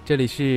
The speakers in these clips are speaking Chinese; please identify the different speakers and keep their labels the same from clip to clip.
Speaker 1: 这里是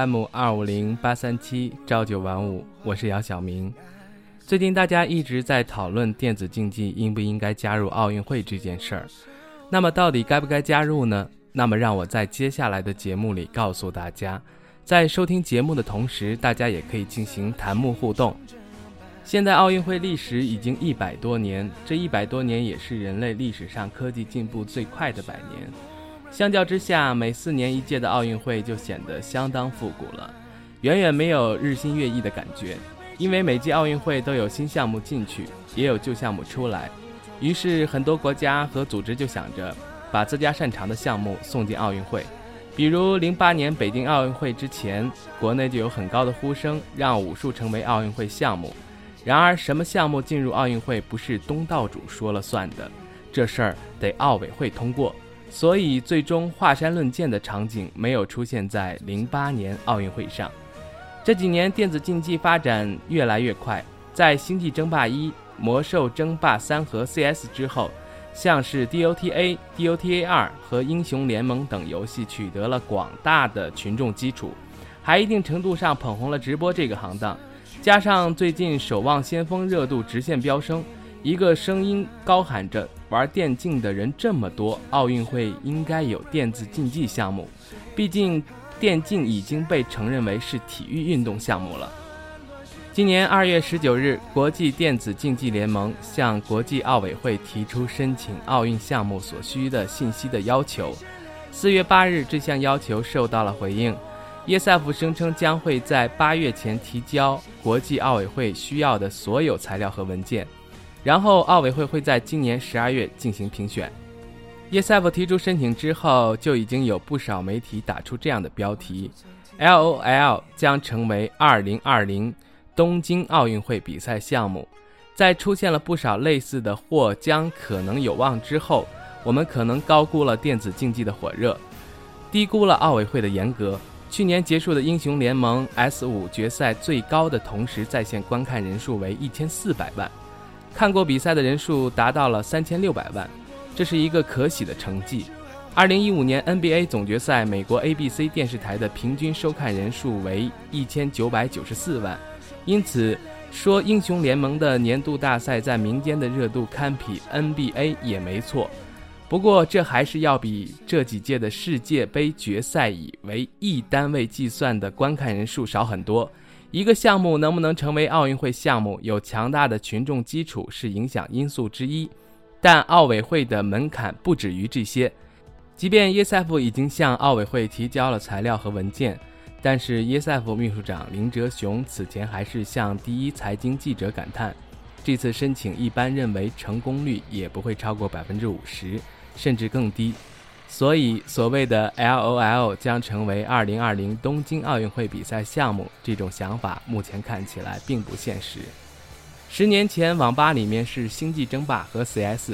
Speaker 1: FM250837朝九晚五，我是姚晓明。最近大家一直在讨论电子竞技应不应该加入奥运会这件事儿，那么到底该不该加入呢？那么让我在接下来的节目里告诉大家，在收听节目的同时，大家也可以进行弹幕互动。现在奥运会历时已经100多年，这100多年也是人类历史上科技进步最快的100年。相较之下，每4年一届的奥运会就显得相当复古了，远远没有日新月异的感觉。因为每届奥运会都有新项目进去，也有旧项目出来，于是很多国家和组织就想着把自家擅长的项目送进奥运会。比如08年北京奥运会之前，国内就有很高的呼声让武术成为奥运会项目。然而什么项目进入奥运会不是东道主说了算的，这事儿得奥委会通过。所以最终华山论剑的场景没有出现在08年奥运会上。这几年电子竞技发展越来越快，在星际争霸1、魔兽争霸3和 CS 之后，像是 DOTA、DOTA 2和英雄联盟等游戏取得了广大的群众基础，还一定程度上捧红了直播这个行当。加上最近守望先锋热度直线飙升，一个声音高喊着玩电竞的人这么多，奥运会应该有电子竞技项目，毕竟电竞已经被承认为是体育运动项目了。今年2月19日，国际电子竞技联盟向国际奥委会提出申请奥运项目所需的信息的要求。4月8日，这项要求受到了回应。ESF 声称将会在8月前提交国际奥委会需要的所有材料和文件，然后奥委会会在今年12月进行评选。ESF 提出申请之后，就已经有不少媒体打出这样的标题 ：LOL 将成为2020东京奥运会比赛项目。在出现了不少类似的或将可能有望之后，我们可能高估了电子竞技的火热，低估了奥委会的严格。去年结束的英雄联盟 S5 决赛最高的同时在线观看人数为1400万，看过比赛的人数达到了3600万，这是一个可喜的成绩。2015年 NBA 总决赛美国 ABC 电视台的平均收看人数为1994万，因此说英雄联盟的年度大赛在民间的热度堪比 NBA 也没错。不过这还是要比这几届的世界杯决赛以为亿单位计算的观看人数少很多。一个项目能不能成为奥运会项目，有强大的群众基础是影响因素之一，但奥委会的门槛不止于这些。即便 ESF 已经向奥委会提交了材料和文件，但是 ESF 秘书长林哲雄此前还是向第一财经记者感叹，这次申请一般认为成功率也不会超过50%，甚至更低。所以所谓的 LOL 将成为2020东京奥运会比赛项目，这种想法目前看起来并不现实。10年前网吧里面是星际争霸和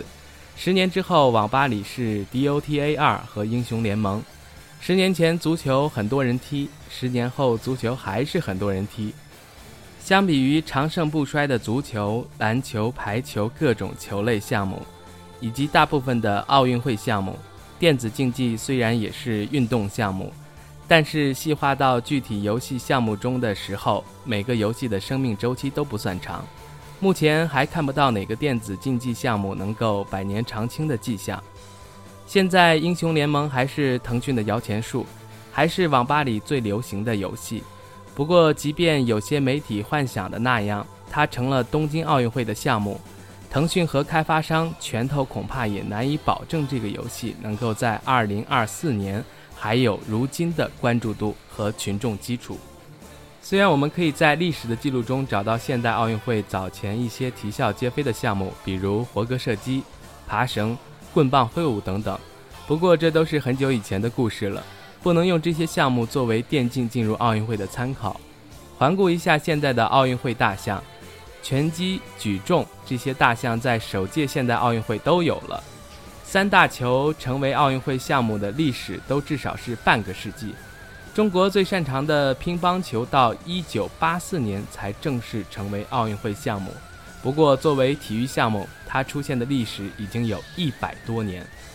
Speaker 1: CS，10年之后网吧里是 DOTA 2和英雄联盟。10年前足球很多人踢，10年后足球还是很多人踢。相比于长盛不衰的足球、篮球、排球各种球类项目，以及大部分的奥运会项目，电子竞技虽然也是运动项目，但是细化到具体游戏项目中的时候，每个游戏的生命周期都不算长。目前还看不到哪个电子竞技项目能够百年长青的迹象。现在英雄联盟还是腾讯的摇钱树，还是网吧里最流行的游戏。不过即便有些媒体幻想的那样，它成了东京奥运会的项目，腾讯和开发商拳头恐怕也难以保证这个游戏能够在2024年还有如今的关注度和群众基础。虽然我们可以在历史的记录中找到现代奥运会早前一些啼笑皆非的项目，比如活格射击、爬绳、棍棒挥舞等等，不过这都是很久以前的故事了，不能用这些项目作为电竞进入奥运会的参考。环顾一下现在的奥运会大项，拳击、举重这些大项在首届现代奥运会都有了。3大球成为奥运会项目的历史都至少是半个世纪。中国最擅长的乒乓球到1984年才正式成为奥运会项目，不过作为体育项目，它出现的历史已经有100多年。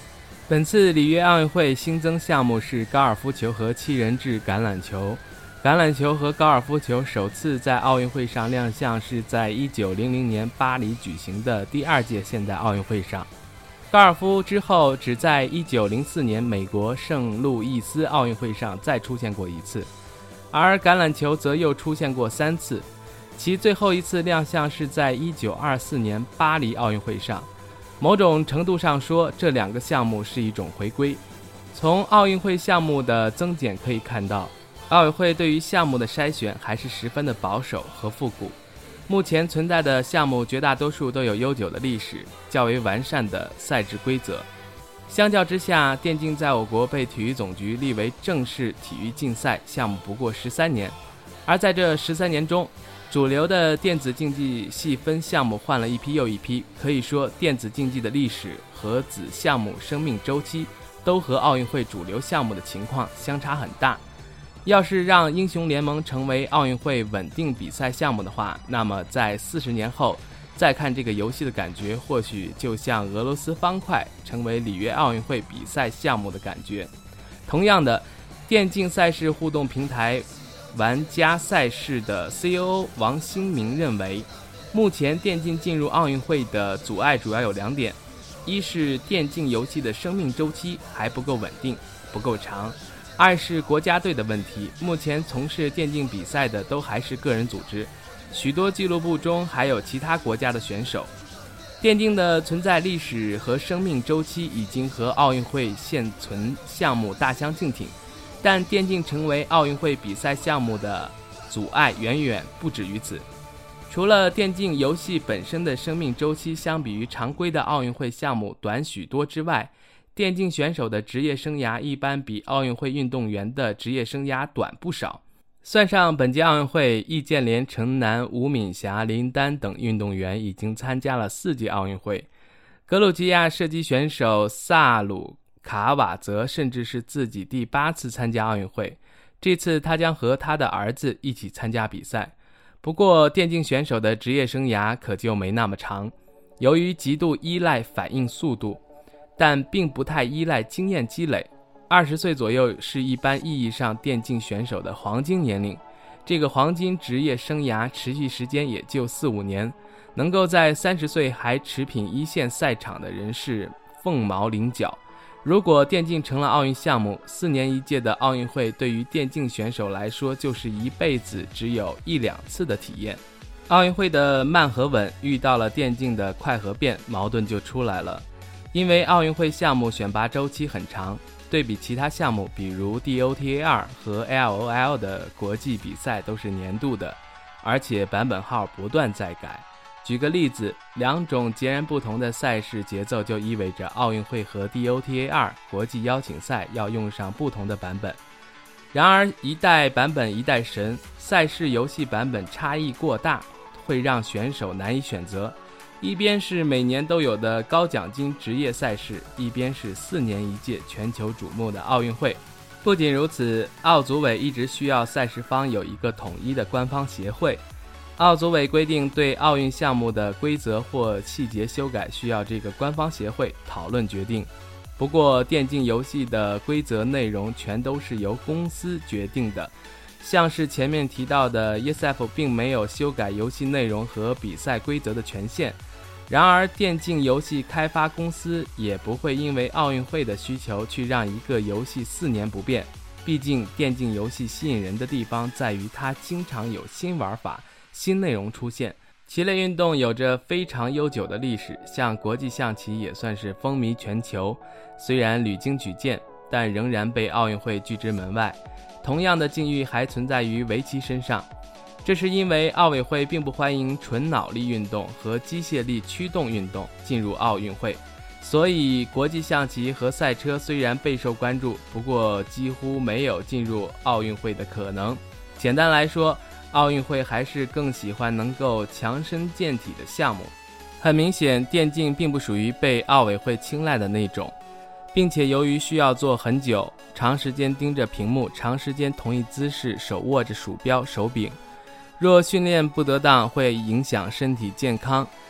Speaker 1: 本次里约奥运会新增项目是高尔夫球和七人制橄榄球。橄榄球和高尔夫球首次在奥运会上亮相是在1900年巴黎举行的第2届现代奥运会上。高尔夫之后只在1904年美国圣路易斯奥运会上再出现过一次，而橄榄球则又出现过3次，其最后一次亮相是在1924年巴黎奥运会上。某种程度上说，这2个项目是一种回归。从奥运会项目的增减可以看到，奥委会对于项目的筛选还是十分的保守和复古。目前存在的项目绝大多数都有悠久的历史，较为完善的赛制规则。相较之下，电竞在我国被体育总局立为正式体育竞赛项目不过13年，而在这13年中，主流的电子竞技细分项目换了一批又一批，可以说电子竞技的历史和子项目生命周期都和奥运会主流项目的情况相差很大。要是让英雄联盟成为奥运会稳定比赛项目的话，那么在40年后再看这个游戏的感觉，或许就像俄罗斯方块成为里约奥运会比赛项目的感觉。同样的，电竞赛事互动平台玩家赛事的 COO 王新明认为，目前电竞进入奥运会的阻碍主要有2点，一是电竞游戏的生命周期还不够稳定，不够长；二是国家队的问题，目前从事电竞比赛的都还是个人组织，许多俱乐部中还有其他国家的选手。电竞的存在历史和生命周期已经和奥运会现存项目大相径庭，但电竞成为奥运会比赛项目的阻碍远远不止于此。除了电竞游戏本身的生命周期相比于常规的奥运会项目短许多之外，电竞选手的职业生涯一般比奥运会运动员的职业生涯短不少。算上本届奥运会，易建联、陈楠、吴敏霞、林丹等运动员已经参加了4届奥运会。格鲁吉亚射击选手萨鲁卡瓦则甚至是自己第8次参加奥运会，这次他将和他的儿子一起参加比赛。不过电竞选手的职业生涯可就没那么长，由于极度依赖反应速度，但并不太依赖经验积累。20岁左右是一般意义上电竞选手的黄金年龄，这个黄金职业生涯持续时间也就4-5年，能够在30岁还持品一线赛场的人是凤毛麟角。如果电竞成了奥运项目，4年1届的奥运会对于电竞选手来说就是一辈子只有1-2次的体验。奥运会的慢和稳遇到了电竞的快和变，矛盾就出来了。因为奥运会项目选拔周期很长，对比其他项目，比如 DOTA2 和 LOL 的国际比赛都是年度的，而且版本号不断在改。举个例子，2种截然不同的赛事节奏就意味着奥运会和 DOTA2 国际邀请赛要用上不同的版本。然而一代版本一代神，赛事游戏版本差异过大，会让选手难以选择。一边是每年都有的高奖金职业赛事，一边是4年1届全球瞩目的奥运会。不仅如此，奥组委一直需要赛事方有一个统一的官方协会。奥组委规定对奥运项目的规则或细节修改需要这个官方协会讨论决定。不过电竞游戏的规则内容全都是由公司决定的，像是前面提到的 ESF 并没有修改游戏内容和比赛规则的权限。然而电竞游戏开发公司也不会因为奥运会的需求去让一个游戏4年不变，毕竟电竞游戏吸引人的地方在于它经常有新玩法、新内容出现。棋类运动有着非常悠久的历史，像国际象棋也算是风靡全球，虽然屡经举荐，但仍然被奥运会拒之门外。同样的境遇还存在于围棋身上，这是因为奥委会并不欢迎纯脑力运动和机械力驱动运动进入奥运会，所以国际象棋和赛车虽然备受关注，不过几乎没有进入奥运会的可能。简单来说，奥运会还是更喜欢能够强身健体的项目。很明显，电竞并不属于被奥委会青睐的那种，并且由于需要做很久，长时间盯着屏幕，长时间同一姿势手握着鼠标手柄，若训练不得当会影响身体健康。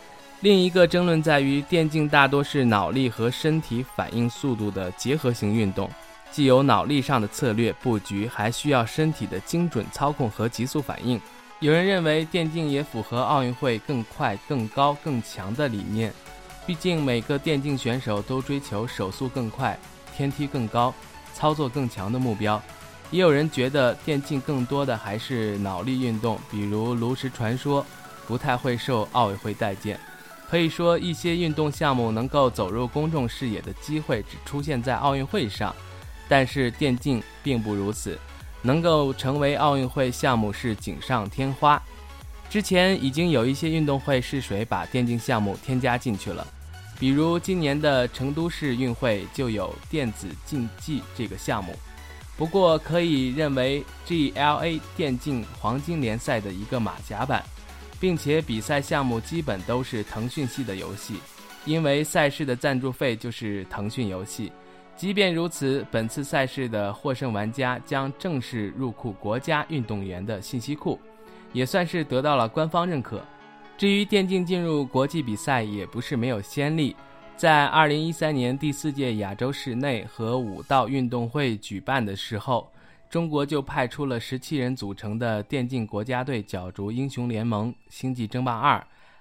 Speaker 1: 另一个争论在于，电竞大多是脑力和身体反应速度的结合型运动，既有脑力上的策略布局，还需要身体的精准操控和急速反应。有人认为电竞也符合奥运会更快、更高、更强的理念，毕竟每个电竞选手都追求手速更快、天梯更高、操作更强的目标。也有人觉得电竞更多的还是脑力运动，比如炉石传说不太会受奥委会待见。可以说，一些运动项目能够走入公众视野的机会只出现在奥运会上，但是电竞并不如此，能够成为奥运会项目是锦上添花。之前已经有一些运动会试水把电竞项目添加进去了，比如今年的成都市运会就有电子竞技这个项目。不过可以认为 GLA 电竞黄金联赛的一个马甲版，并且比赛项目基本都是腾讯系的游戏，因为赛事的赞助费就是腾讯游戏。即便如此，本次赛事的获胜玩家将正式入库国家运动员的信息库，也算是得到了官方认可。至于电竞进入国际比赛也不是没有先例，在2013年第4届亚洲室内和武道运动会举办的时候，中国就派出了17人组成的电竞国家队角逐英雄联盟、星际争霸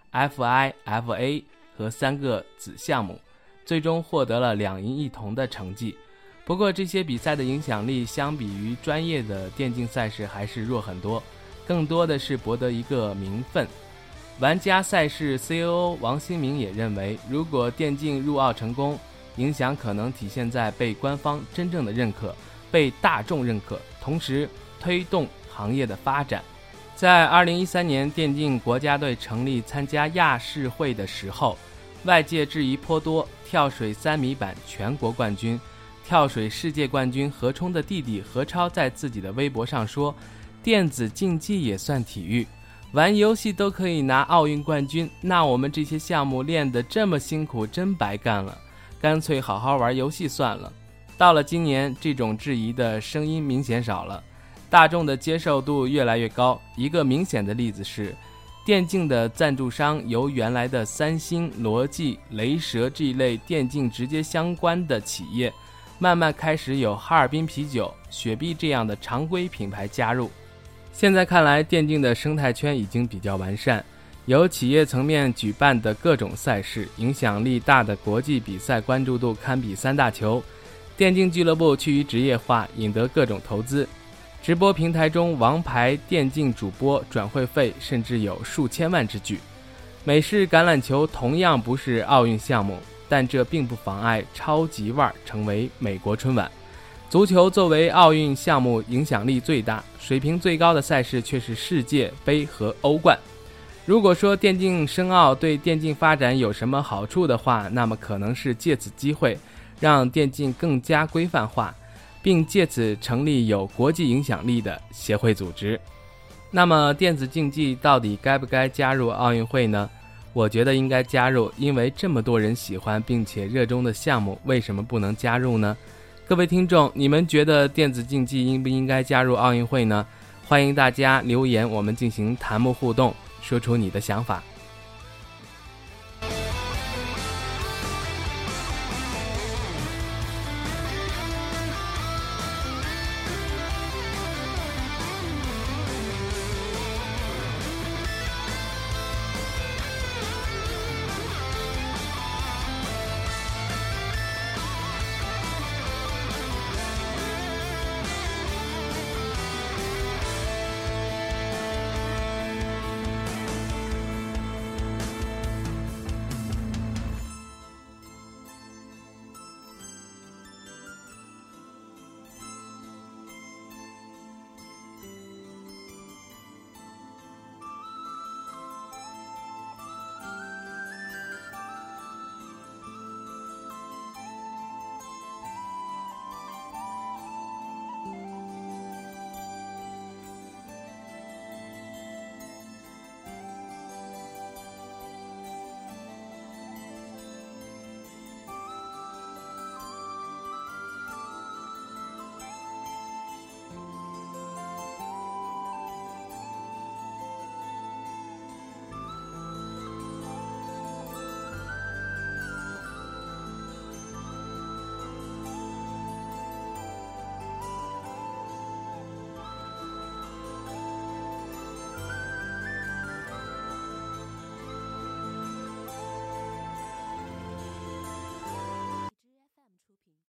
Speaker 1: 2、FIFA 和3个子项目，最终获得了2赢1铜的成绩。不过这些比赛的影响力相比于专业的电竞赛事还是弱很多，更多的是博得一个名分。玩家赛事 COO 王新明也认为，如果电竞入奥成功，影响可能体现在被官方真正的认可，被大众认可，同时推动行业的发展。在2013年电竞国家队成立参加亚世会的时候，外界质疑颇多，跳水3米板全国冠军、跳水世界冠军何冲的弟弟何超在自己的微博上说，电子竞技也算体育，玩游戏都可以拿奥运冠军，那我们这些项目练得这么辛苦，真白干了，干脆好好玩游戏算了。到了今年，这种质疑的声音明显少了，大众的接受度越来越高。一个明显的例子是，电竞的赞助商由原来的三星、罗技、雷蛇这一类电竞直接相关的企业，慢慢开始有哈尔滨啤酒、雪碧这样的常规品牌加入。现在看来，电竞的生态圈已经比较完善，由企业层面举办的各种赛事，影响力大的国际比赛关注度堪比3大球，电竞俱乐部趋于职业化，引得各种投资。直播平台中王牌电竞主播转会费甚至有数千万之巨。美式橄榄球同样不是奥运项目，但这并不妨碍超级碗成为美国春晚。足球作为奥运项目影响力最大、水平最高的赛事却是世界杯和欧冠。如果说电竞申奥对电竞发展有什么好处的话，那么可能是借此机会让电竞更加规范化，并借此成立有国际影响力的协会组织。那么电子竞技到底该不该加入奥运会呢？我觉得应该加入，因为这么多人喜欢并且热衷的项目，为什么不能加入呢？各位听众，你们觉得电子竞技应不应该加入奥运会呢？欢迎大家留言，我们进行弹幕互动，说出你的想法。